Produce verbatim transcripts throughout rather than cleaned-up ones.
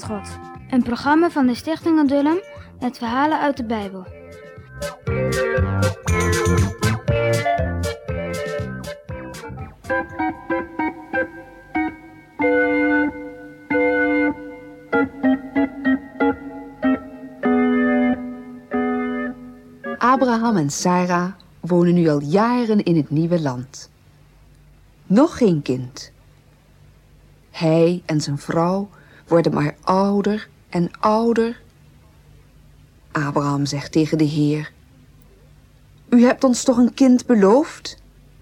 met God. Een programma van de Stichting Adullam met verhalen uit de Bijbel. Abraham en Sarah wonen nu al jaren in het nieuwe land. Nog geen kind. Hij en zijn vrouw worden maar ouder en ouder. Abraham zegt tegen de Heer: U hebt ons toch een kind beloofd?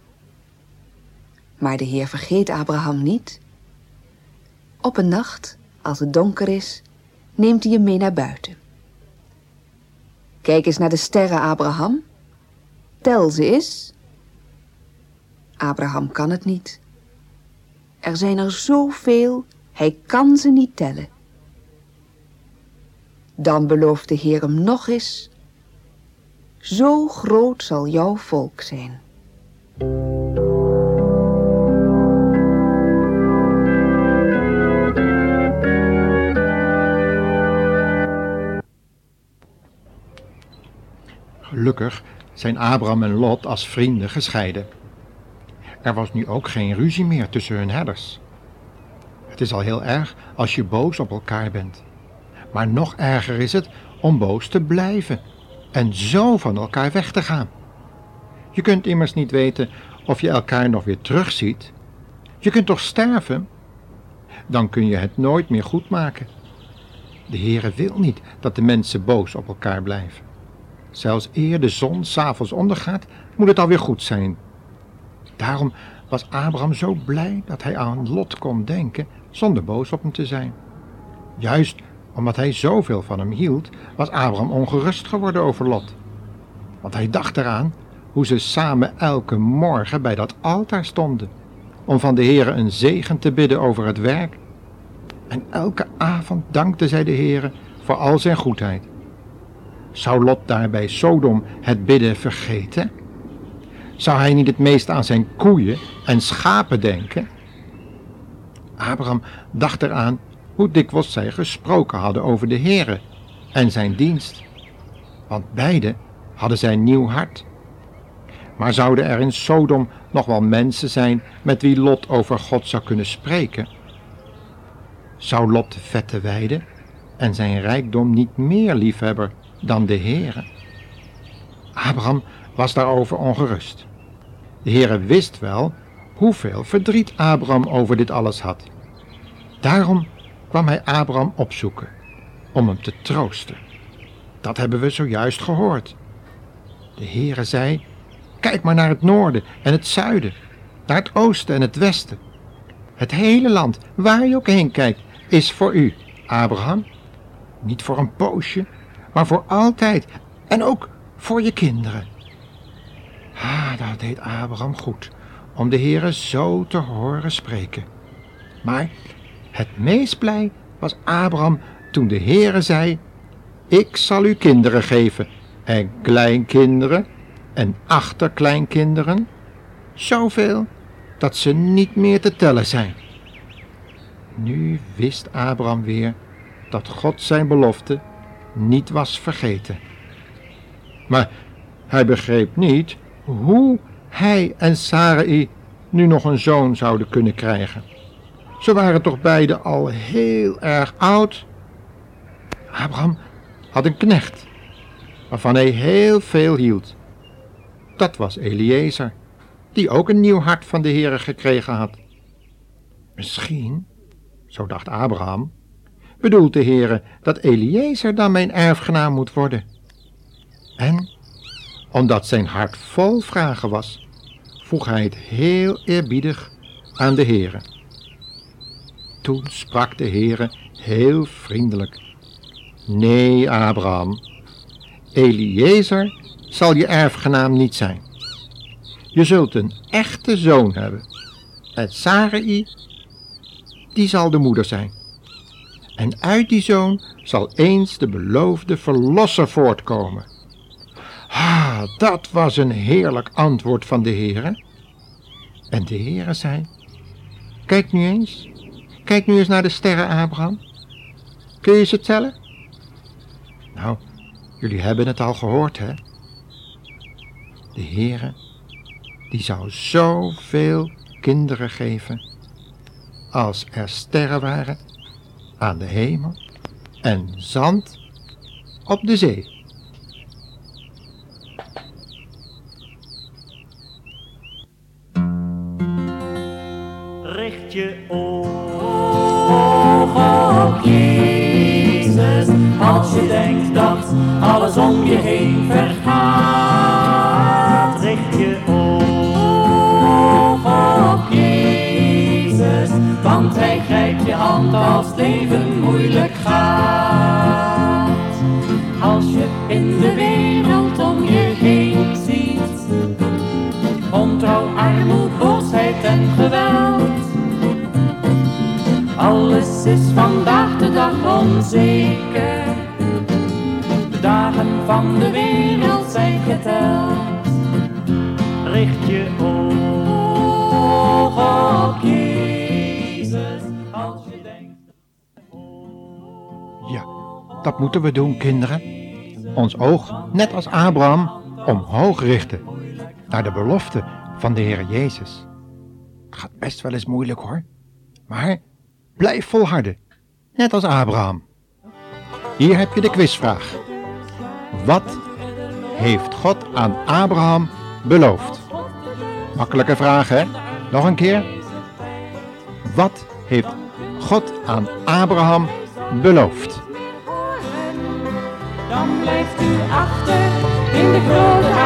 Maar de Heer vergeet Abraham niet. Op een nacht, als het donker is, neemt hij hem mee naar buiten. Kijk eens naar de sterren, Abraham. Tel ze eens. Abraham kan het niet. Er zijn er zoveel, hij kan ze niet tellen. Dan belooft de Heer hem nog eens: Zo groot zal jouw volk zijn. Gelukkig zijn Abraham en Lot als vrienden gescheiden. Er was nu ook geen ruzie meer tussen hun herders. Het is al heel erg als je boos op elkaar bent. Maar nog erger is het om boos te blijven en zo van elkaar weg te gaan. Je kunt immers niet weten of je elkaar nog weer terugziet. Je kunt toch sterven? Dan kun je het nooit meer goed maken. De Heere wil niet dat de mensen boos op elkaar blijven. Zelfs eer de zon 's avonds ondergaat, moet het alweer goed zijn. Daarom was Abraham zo blij dat hij aan Lot kon denken zonder boos op hem te zijn. Juist omdat hij zoveel van hem hield, was Abraham ongerust geworden over Lot. Want hij dacht eraan hoe ze samen elke morgen bij dat altaar stonden, om van de Heere een zegen te bidden over het werk. En elke avond dankte zij de Heere voor al zijn goedheid. Zou Lot daar bij Sodom het bidden vergeten? Zou hij niet het meest aan zijn koeien en schapen denken? Abraham dacht eraan hoe dikwijls zij gesproken hadden over de Heere en zijn dienst. Want beide hadden zij een nieuw hart. Maar zouden er in Sodom nog wel mensen zijn met wie Lot over God zou kunnen spreken? Zou Lot de vette weide en zijn rijkdom niet meer liefhebber dan de Heere? Abraham was daarover ongerust. De Heere wist wel hoeveel verdriet Abraham over dit alles had. Daarom kwam hij Abraham opzoeken, om hem te troosten. Dat hebben we zojuist gehoord. De Heere zei: Kijk maar naar het noorden en het zuiden, naar het oosten en het westen. Het hele land, waar je ook heen kijkt, is voor u, Abraham. Niet voor een poosje, maar voor altijd en ook voor je kinderen. Ah, dat deed Abraham goed, om de Heere zo te horen spreken. Maar het meest blij was Abraham toen de Heere zei: Ik zal u kinderen geven, en kleinkinderen en achterkleinkinderen, zoveel dat ze niet meer te tellen zijn. Nu wist Abraham weer dat God zijn belofte niet was vergeten. Maar hij begreep niet hoe hij en Sarai nu nog een zoon zouden kunnen krijgen. Ze waren toch beide al heel erg oud. Abraham had een knecht, waarvan hij heel veel hield. Dat was Eliezer, die ook een nieuw hart van de Heere gekregen had. Misschien, zo dacht Abraham, bedoelt de Heere dat Eliezer dan mijn erfgenaam moet worden. En, omdat zijn hart vol vragen was, vroeg hij het heel eerbiedig aan de Heere. Toen sprak de Heere heel vriendelijk: Nee, Abraham, Eliezer zal je erfgenaam niet zijn. Je zult een echte zoon hebben. En Sarai, die zal de moeder zijn. En uit die zoon zal eens de beloofde verlosser voortkomen. Ah, dat was een heerlijk antwoord van de Heere. En de Heere zei: Kijk nu eens, kijk nu eens naar de sterren, Abraham. Kun je ze tellen? Nou, jullie hebben het al gehoord, hè? De Heere, die zou zoveel kinderen geven als er sterren waren aan de hemel en zand op de zee. Richt je ogen op Jezus, als je denkt dat alles om je heen vergaat. Richt je ogen op Jezus, want Hij grijpt je hand als het leven moeilijk gaat. Als je in de wereld om je heen ziet ontrouw, armoed, boosheid en geweld. Alles is vandaag de dag onzeker. De dagen van de wereld zijn geteld. Richt je ogen op Jezus als je denkt. Ja, dat moeten we doen, kinderen. Ons oog, net als Abraham, omhoog richten. Naar de belofte van de Heer Jezus. Het gaat best wel eens moeilijk hoor. Maar blijf volharden. Net als Abraham. Hier heb je de quizvraag. Wat heeft God aan Abraham beloofd? Makkelijke vraag, hè? Nog een keer. Wat heeft God aan Abraham beloofd? Dan blijft u achter in de grote